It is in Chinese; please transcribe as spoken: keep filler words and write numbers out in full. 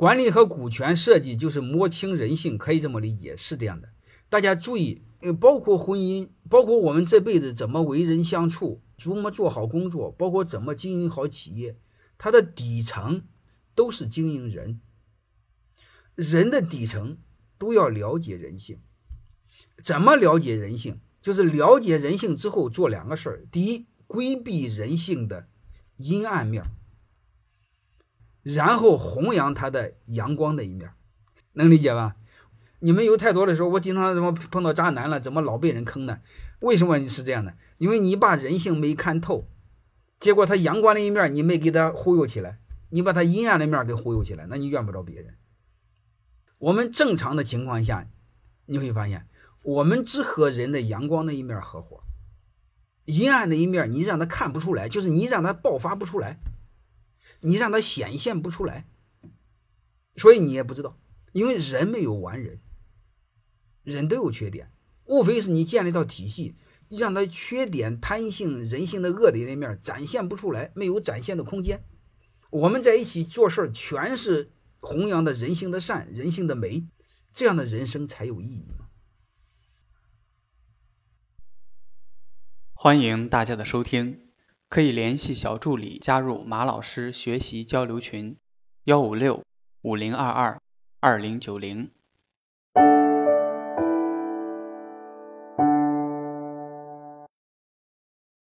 管理和股权设计就是摸清人性，可以这么理解，是这样的。大家注意，包括婚姻，包括我们这辈子怎么为人相处，怎么做好工作，包括怎么经营好企业，它的底层都是经营人。人的底层都要了解人性。怎么了解人性？就是了解人性之后做两个事儿。第一，规避人性的阴暗面，然后弘扬它的阳光的一面，能理解吧？你们有太多的时候，我经常怎么碰到渣男了，怎么老被人坑呢？为什么你是这样的？因为你把人性没看透，结果他阳光的一面你没给他忽悠起来，你把他阴暗的面给忽悠起来，那你怨不着别人。我们正常的情况下，你会发现我们只和人的阳光的一面合伙，阴暗的一面你让他看不出来，就是你让他爆发不出来，你让他显现不出来，所以你也不知道。因为人没有完人，人都有缺点，无非是你建立一套体系，让他缺点、贪性、人性的恶的一面展现不出来，没有展现的空间。我们在一起做事全是弘扬的人性的善、人性的美，这样的人生才有意义嘛。 欢迎大家的收听，可以联系小助理加入马老师学习交流群：幺五六五零二二二零九零。